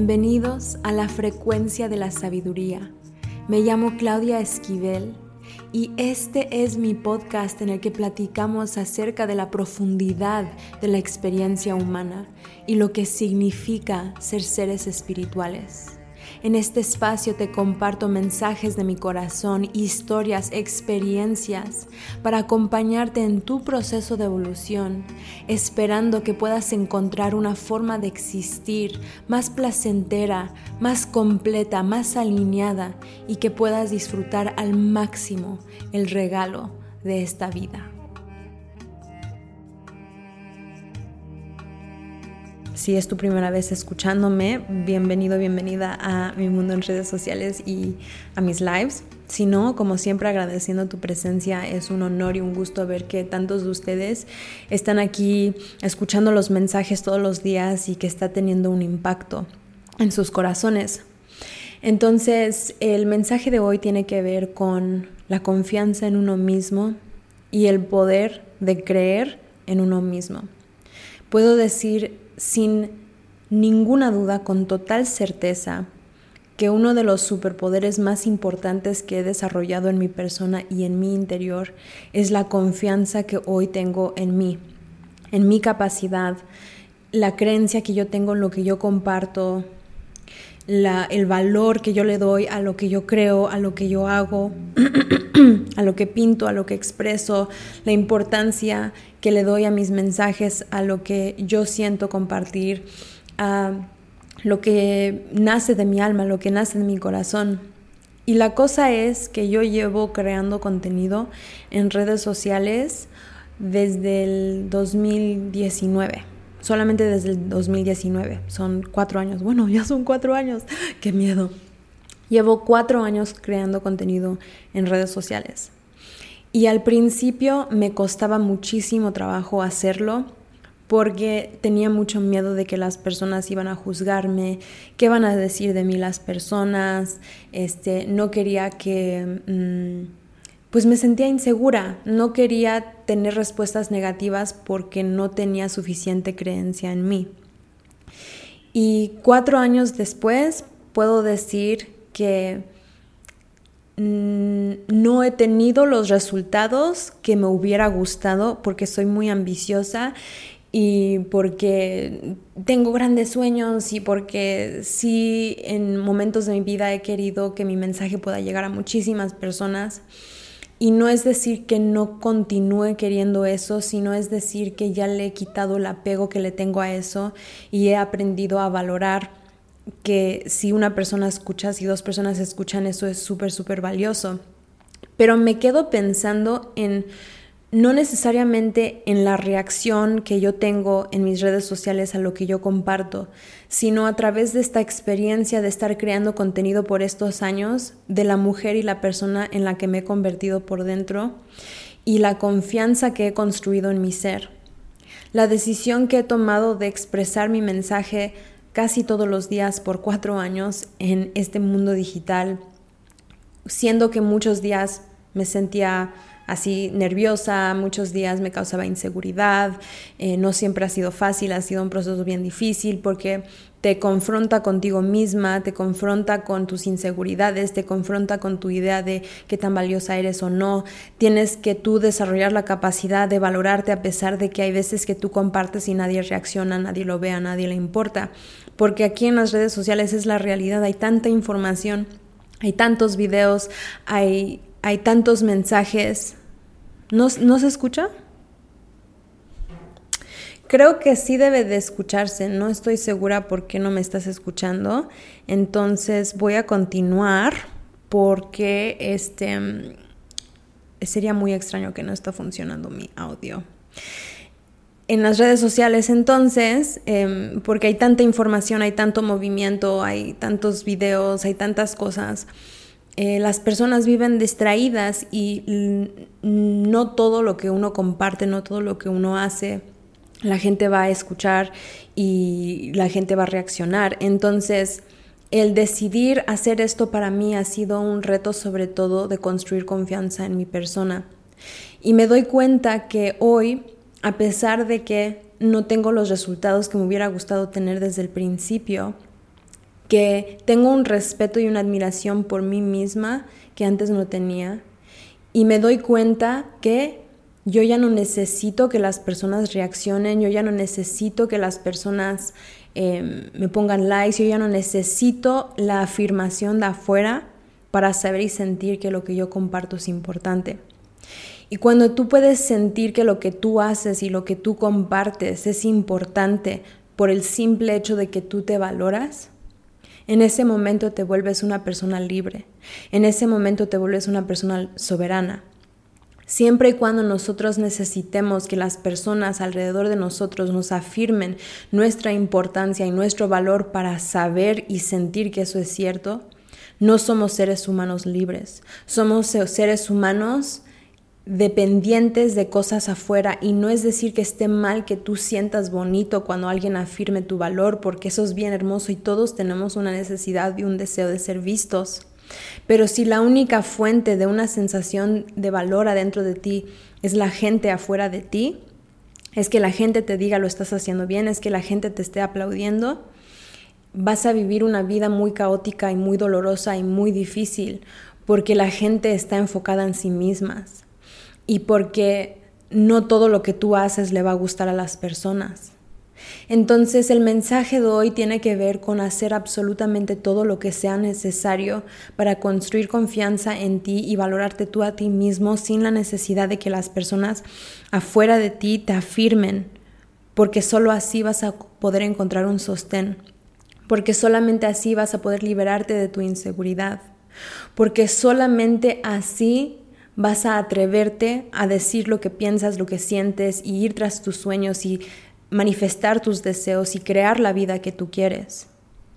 Bienvenidos a la frecuencia de la sabiduría. Me llamo Claudia Esquivel y este es mi podcast en el que platicamos acerca de la profundidad de la experiencia humana y lo que significa ser seres espirituales. En este espacio te comparto mensajes de mi corazón, historias, experiencias para acompañarte en tu proceso de evolución, esperando que puedas encontrar una forma de existir más placentera, más completa, más alineada y que puedas disfrutar al máximo el regalo de esta vida. Si es tu primera vez escuchándome, bienvenido, bienvenida a mi mundo en redes sociales y a mis lives. Si no, como siempre, agradeciendo tu presencia. Es un honor y un gusto ver que tantos de ustedes están aquí escuchando los mensajes todos los días y que está teniendo un impacto en sus corazones. Entonces, el mensaje de hoy tiene que ver con la confianza en uno mismo y el poder de creer en uno mismo. Puedo decir sin ninguna duda, con total certeza, que uno de los superpoderes más importantes que he desarrollado en mi persona y en mi interior es la confianza que hoy tengo en mí, en mi capacidad, la creencia que yo tengo en lo que yo comparto, el valor que yo le doy a lo que yo creo, a lo que yo hago, a lo que pinto, a lo que expreso, la importancia que le doy a mis mensajes, a lo que yo siento compartir, a lo que nace de mi alma, lo que nace de mi corazón. Y la cosa es que yo llevo creando contenido en redes sociales desde el 2019. Solamente desde el 2019, son 4 años, bueno, ya son 4 años, qué miedo. Llevo 4 años creando contenido en redes sociales y al principio me costaba muchísimo trabajo hacerlo porque tenía mucho miedo de que las personas iban a juzgarme, qué van a decir de mí las personas, no quería que... Pues me sentía insegura, no quería tener respuestas negativas porque no tenía suficiente creencia en mí. Y 4 años después puedo decir que no he tenido los resultados que me hubiera gustado porque soy muy ambiciosa y porque tengo grandes sueños y porque sí en momentos de mi vida he querido que mi mensaje pueda llegar a muchísimas personas. Y no es decir que no continúe queriendo eso, sino es decir que ya le he quitado el apego que le tengo a eso y he aprendido a valorar que si una persona escucha, si 2 personas escuchan, eso es súper, súper valioso. Pero me quedo pensando en no necesariamente en la reacción que yo tengo en mis redes sociales a lo que yo comparto, sino a través de esta experiencia de estar creando contenido por estos años, de la mujer y la persona en la que me he convertido por dentro y la confianza que he construido en mi ser. La decisión que he tomado de expresar mi mensaje casi todos los días por 4 años en este mundo digital, siendo que muchos días me sentía así nerviosa, muchos días me causaba inseguridad, no siempre ha sido fácil, ha sido un proceso bien difícil porque te confronta contigo misma, te confronta con tus inseguridades, te confronta con tu idea de qué tan valiosa eres o no. Tienes que tú desarrollar la capacidad de valorarte a pesar de que hay veces que tú compartes y nadie reacciona, nadie lo ve, a nadie le importa. Porque aquí en las redes sociales es la realidad, hay tanta información, hay tantos videos, hay tantos mensajes. ¿No se escucha? Creo que sí debe de escucharse, no estoy segura por qué no me estás escuchando, entonces voy a continuar porque sería muy extraño que no está funcionando mi audio. En las redes sociales entonces, porque hay tanta información, hay tanto movimiento, hay tantos videos, hay tantas cosas, las personas viven distraídas y no todo lo que uno comparte, no todo lo que uno hace, la gente va a escuchar y la gente va a reaccionar. Entonces, el decidir hacer esto para mí ha sido un reto, sobre todo de construir confianza en mi persona. Y me doy cuenta que hoy, a pesar de que no tengo los resultados que me hubiera gustado tener desde el principio, que tengo un respeto y una admiración por mí misma que antes no tenía, y me doy cuenta que yo ya no necesito que las personas reaccionen, yo ya no necesito que las personas me pongan likes, yo ya no necesito la afirmación de afuera para saber y sentir que lo que yo comparto es importante. Y cuando tú puedes sentir que lo que tú haces y lo que tú compartes es importante por el simple hecho de que tú te valoras, en ese momento te vuelves una persona libre, en ese momento te vuelves una persona soberana. Siempre y cuando nosotros necesitemos que las personas alrededor de nosotros nos afirmen nuestra importancia y nuestro valor para saber y sentir que eso es cierto, no somos seres humanos libres. Somos seres humanos dependientes de cosas afuera, y no es decir que esté mal que tú sientas bonito cuando alguien afirme tu valor, porque eso es bien hermoso y todos tenemos una necesidad y un deseo de ser vistos. Pero si la única fuente de una sensación de valor adentro de ti es la gente afuera de ti, es que la gente te diga lo estás haciendo bien, es que la gente te esté aplaudiendo, vas a vivir una vida muy caótica y muy dolorosa y muy difícil, porque la gente está enfocada en sí mismas y porque no todo lo que tú haces le va a gustar a las personas. Entonces el mensaje de hoy tiene que ver con hacer absolutamente todo lo que sea necesario para construir confianza en ti y valorarte tú a ti mismo sin la necesidad de que las personas afuera de ti te afirmen, porque solo así vas a poder encontrar un sostén, porque solamente así vas a poder liberarte de tu inseguridad, porque solamente así vas a atreverte a decir lo que piensas, lo que sientes y ir tras tus sueños y manifestar tus deseos y crear la vida que tú quieres.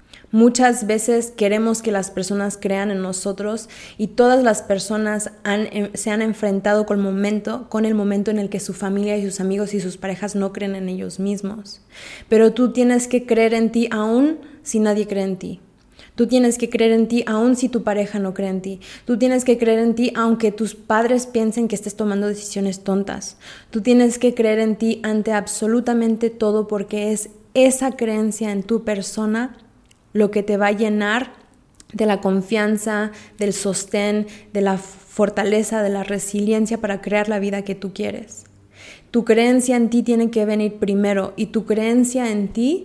Muchas veces queremos que las personas crean en nosotros y todas las personas se han enfrentado con el momento en el que su familia y sus amigos y sus parejas no creen en ellos mismos. Pero tú tienes que creer en ti aún si nadie cree en ti. Tú tienes que creer en ti aún si tu pareja no cree en ti. Tú tienes que creer en ti aunque tus padres piensen que estés tomando decisiones tontas. Tú tienes que creer en ti ante absolutamente todo, porque es esa creencia en tu persona lo que te va a llenar de la confianza, del sostén, de la fortaleza, de la resiliencia para crear la vida que tú quieres. Tu creencia en ti tiene que venir primero, y tu creencia en ti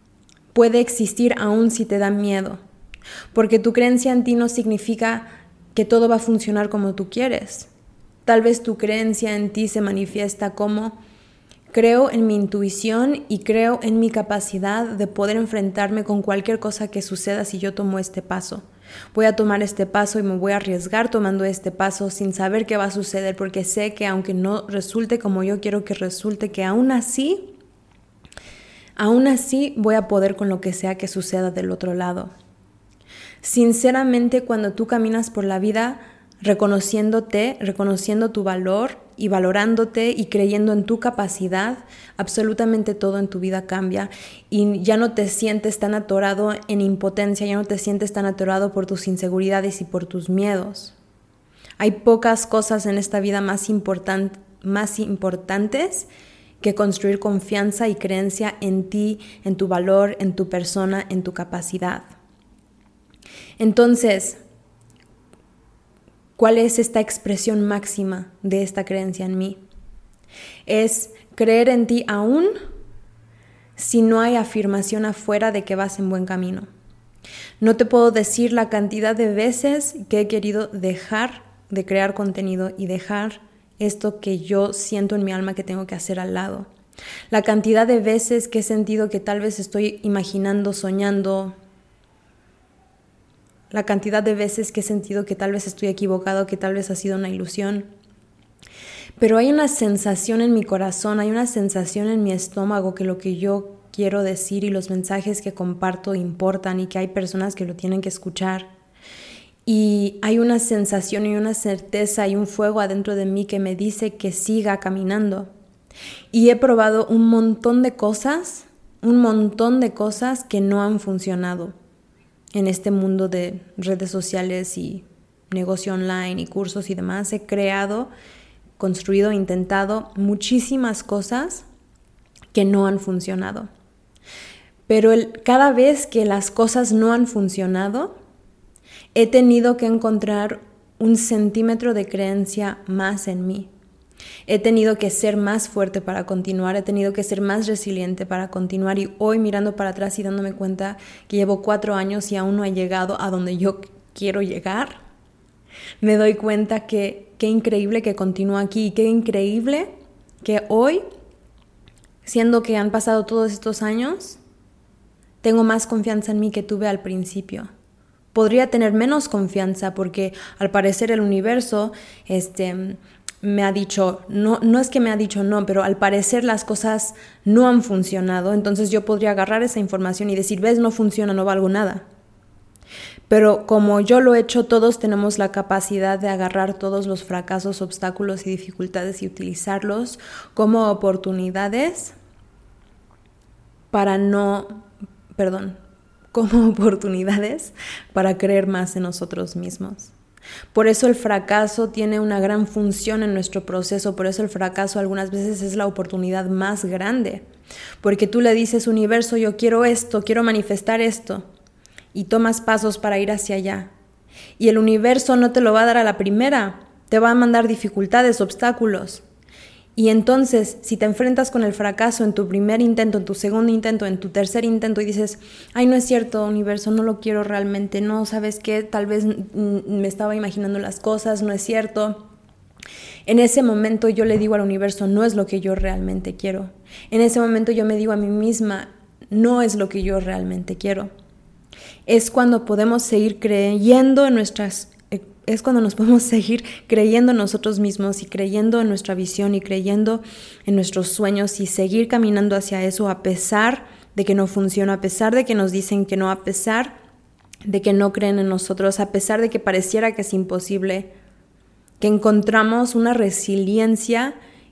puede existir aún si te da miedo. Porque tu creencia en ti no significa que todo va a funcionar como tú quieres. Tal vez tu creencia en ti se manifiesta como: creo en mi intuición y creo en mi capacidad de poder enfrentarme con cualquier cosa que suceda si yo tomo este paso. Voy a tomar este paso y me voy a arriesgar tomando este paso sin saber qué va a suceder, porque sé que aunque no resulte como yo quiero que resulte, que aún así voy a poder con lo que sea que suceda del otro lado. Sinceramente, cuando tú caminas por la vida reconociéndote, reconociendo tu valor y valorándote y creyendo en tu capacidad, absolutamente todo en tu vida cambia y ya no te sientes tan atorado en impotencia, ya no te sientes tan atorado por tus inseguridades y por tus miedos. Hay pocas cosas en esta vida más importantes que construir confianza y creencia en ti, en tu valor, en tu persona, en tu capacidad. Entonces, ¿cuál es esta expresión máxima de esta creencia en mí? Es creer en ti aún si no hay afirmación afuera de que vas en buen camino. No te puedo decir la cantidad de veces que he querido dejar de crear contenido y dejar esto que yo siento en mi alma que tengo que hacer al lado. La cantidad de veces que he sentido que tal vez estoy imaginando, soñando. La cantidad de veces que he sentido que tal vez estoy equivocado, que tal vez ha sido una ilusión. Pero hay una sensación en mi corazón, hay una sensación en mi estómago que lo que yo quiero decir y los mensajes que comparto importan y que hay personas que lo tienen que escuchar. Y hay una sensación y una certeza y un fuego adentro de mí que me dice que siga caminando. Y he probado un montón de cosas que no han funcionado en este mundo de redes sociales y negocio online y cursos y demás. He creado, construido, intentado muchísimas cosas que no han funcionado. Pero cada vez que las cosas no han funcionado, he tenido que encontrar un centímetro de creencia más en mí. He tenido que ser más fuerte para continuar, he tenido que ser más resiliente para continuar, y hoy mirando para atrás y dándome cuenta que llevo 4 años y aún no he llegado a donde yo quiero llegar, me doy cuenta que qué increíble que continúo aquí y qué increíble que hoy, siendo que han pasado todos estos años, tengo más confianza en mí que tuve al principio. Podría tener menos confianza porque al parecer el universo me ha dicho, no es que me ha dicho no, pero al parecer las cosas no han funcionado. Entonces yo podría agarrar esa información y decir, ves, no funciona, no valgo nada. Pero como yo lo he hecho, todos tenemos la capacidad de agarrar todos los fracasos, obstáculos y dificultades y utilizarlos como oportunidades como oportunidades para creer más en nosotros mismos. Por eso el fracaso tiene una gran función en nuestro proceso, por eso el fracaso algunas veces es la oportunidad más grande, porque tú le dices, universo, yo quiero esto, quiero manifestar esto, y tomas pasos para ir hacia allá. Y el universo no te lo va a dar a la primera, te va a mandar dificultades, obstáculos. Y entonces, si te enfrentas con el fracaso en tu primer intento, en tu segundo intento, en tu tercer intento y dices, ay, no es cierto, universo, no lo quiero realmente, no, ¿sabes qué? Tal vez me estaba imaginando las cosas, no es cierto. En ese momento yo le digo al universo, no es lo que yo realmente quiero. En ese momento yo me digo a mí misma, no es lo que yo realmente quiero. Es cuando podemos seguir creyendo en es cuando nos podemos seguir creyendo en nosotros mismos y creyendo en nuestra visión y creyendo en nuestros sueños y seguir caminando hacia eso a pesar de que no funciona, a pesar de que nos dicen que no, a pesar de que no creen en nosotros, a pesar de que pareciera que es imposible, que encontramos una resiliencia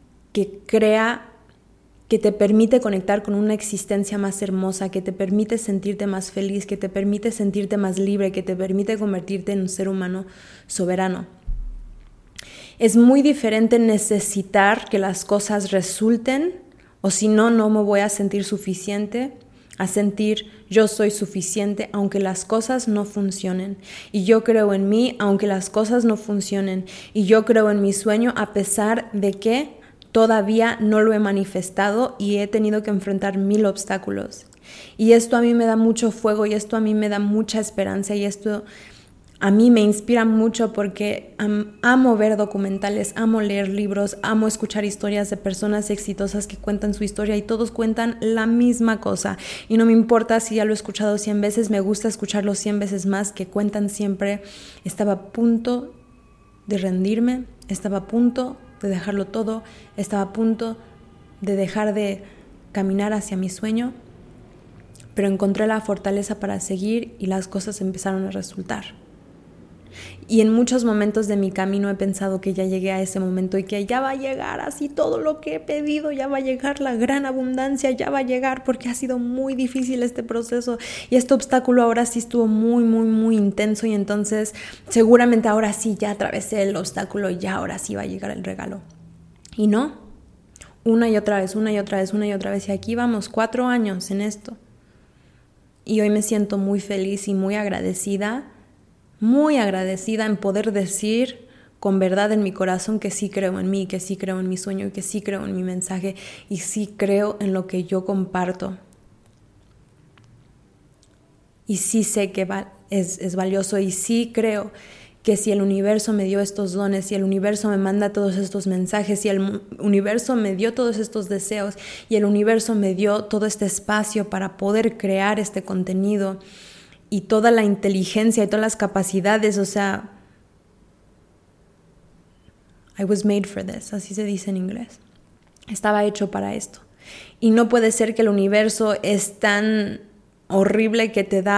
que te permite conectar con una existencia más hermosa, que te permite sentirte más feliz, que te permite sentirte más libre, que te permite convertirte en un ser humano soberano. Es muy diferente necesitar que las cosas resulten, o si no, no me voy a sentir suficiente, a sentir yo soy suficiente aunque las cosas no funcionen. Y yo creo en mí aunque las cosas no funcionen. Y yo creo en mi sueño a pesar de que todavía no lo he manifestado y he tenido que enfrentar 1000 obstáculos. Y esto a mí me da mucho fuego y esto a mí me da mucha esperanza y esto a mí me inspira mucho porque amo ver documentales, amo leer libros, amo escuchar historias de personas exitosas que cuentan su historia y todos cuentan la misma cosa. Y no me importa si ya lo he escuchado 100 veces, me gusta escucharlo 100 veces más, que cuentan siempre, estaba a punto de rendirme, estaba a punto de dejarlo todo, estaba a punto de dejar de caminar hacia mi sueño, pero encontré la fortaleza para seguir y las cosas empezaron a resultar. Y en muchos momentos de mi camino he pensado que ya llegué a ese momento y que ya va a llegar así todo lo que he pedido, ya va a llegar la gran abundancia, ya va a llegar, porque ha sido muy difícil este proceso y este obstáculo ahora sí estuvo muy, muy, muy intenso y entonces seguramente ahora sí ya atravesé el obstáculo y ya ahora sí va a llegar el regalo. Y no, una y otra vez y aquí vamos 4 años en esto. Y hoy me siento muy feliz y muy agradecida en poder decir con verdad en mi corazón que sí creo en mí, que sí creo en mi sueño, que sí creo en mi mensaje y sí creo en lo que yo comparto. Y sí sé que es valioso y sí creo que si el universo me dio estos dones, si el universo me manda todos estos mensajes, si el universo me dio todos estos deseos y el universo me dio todo este espacio para poder crear este contenido y toda la inteligencia y todas las capacidades, o sea, I was made for this, así se dice en inglés. Estaba hecho para esto. Y no puede ser que el universo es tan horrible que te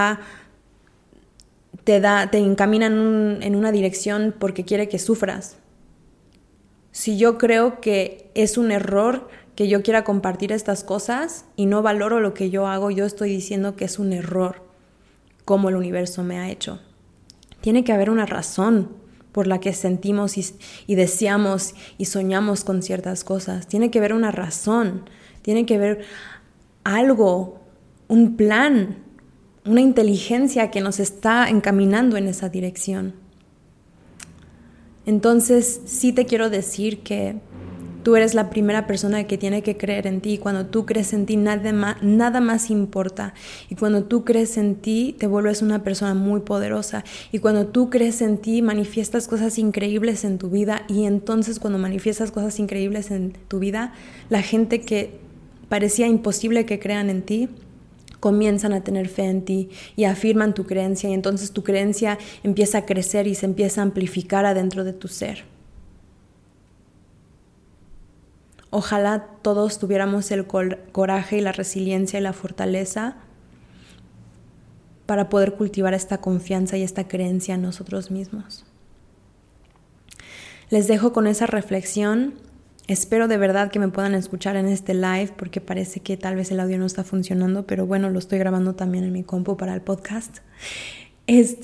encamina en una dirección porque quiere que sufras. Si yo creo que es un error que yo quiera compartir estas cosas y no valoro lo que yo hago, yo estoy diciendo que es un error como el universo me ha hecho. Tiene que haber una razón por la que sentimos y deseamos y soñamos con ciertas cosas. Tiene que haber una razón, tiene que haber algo un plan, una inteligencia que nos está encaminando en esa dirección. Entonces, sí te quiero decir que tú eres la primera persona que tiene que creer en ti. Cuando tú crees en ti, nada más importa. Y cuando tú crees en ti, te vuelves una persona muy poderosa. Y cuando tú crees en ti, manifiestas cosas increíbles en tu vida. Y entonces, cuando manifiestas cosas increíbles en tu vida, la gente que parecía imposible que crean en ti, comienzan a tener fe en ti y afirman tu creencia. Y entonces tu creencia empieza a crecer y se empieza a amplificar adentro de tu ser. Ojalá todos tuviéramos el coraje y la resiliencia y la fortaleza para poder cultivar esta confianza y esta creencia en nosotros mismos. Les dejo con esa reflexión. Espero de verdad que me puedan escuchar en este live porque parece que tal vez el audio no está funcionando, pero bueno, lo estoy grabando también en mi compu para el podcast. Les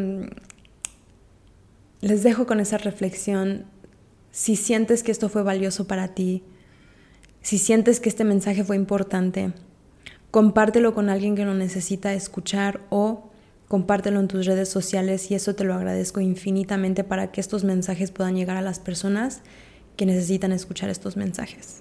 dejo con esa reflexión. Si sientes que esto fue valioso para ti, si sientes que este mensaje fue importante, compártelo con alguien que lo necesita escuchar o compártelo en tus redes sociales y eso te lo agradezco infinitamente para que estos mensajes puedan llegar a las personas que necesitan escuchar estos mensajes.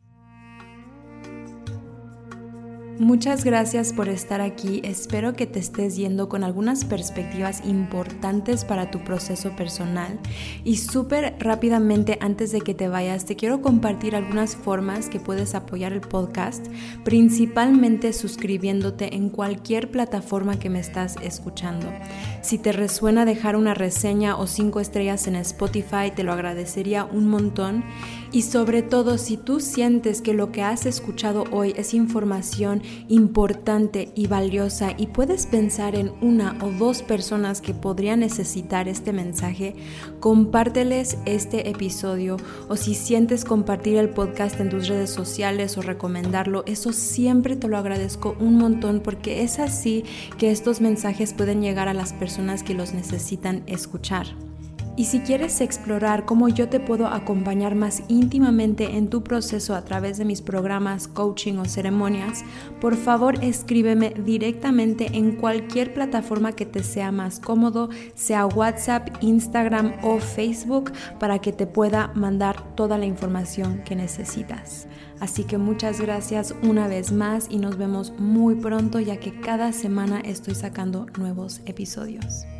Muchas gracias por estar aquí. Espero que te estés yendo con algunas perspectivas importantes para tu proceso personal. Y súper rápidamente, antes de que te vayas, te quiero compartir algunas formas que puedes apoyar el podcast, principalmente suscribiéndote en cualquier plataforma que me estás escuchando. Si te resuena dejar una reseña o 5 estrellas en Spotify, te lo agradecería un montón. Y sobre todo, si tú sientes que lo que has escuchado hoy es información importante y valiosa y puedes pensar en 1 o 2 personas que podrían necesitar este mensaje, compárteles este episodio, o si sientes compartir el podcast en tus redes sociales o recomendarlo, eso siempre te lo agradezco un montón porque es así que estos mensajes pueden llegar a las personas que los necesitan escuchar. Y si quieres explorar cómo yo te puedo acompañar más íntimamente en tu proceso a través de mis programas, coaching o ceremonias, por favor escríbeme directamente en cualquier plataforma que te sea más cómodo, sea WhatsApp, Instagram o Facebook, para que te pueda mandar toda la información que necesitas. Así que muchas gracias una vez más y nos vemos muy pronto, ya que cada semana estoy sacando nuevos episodios.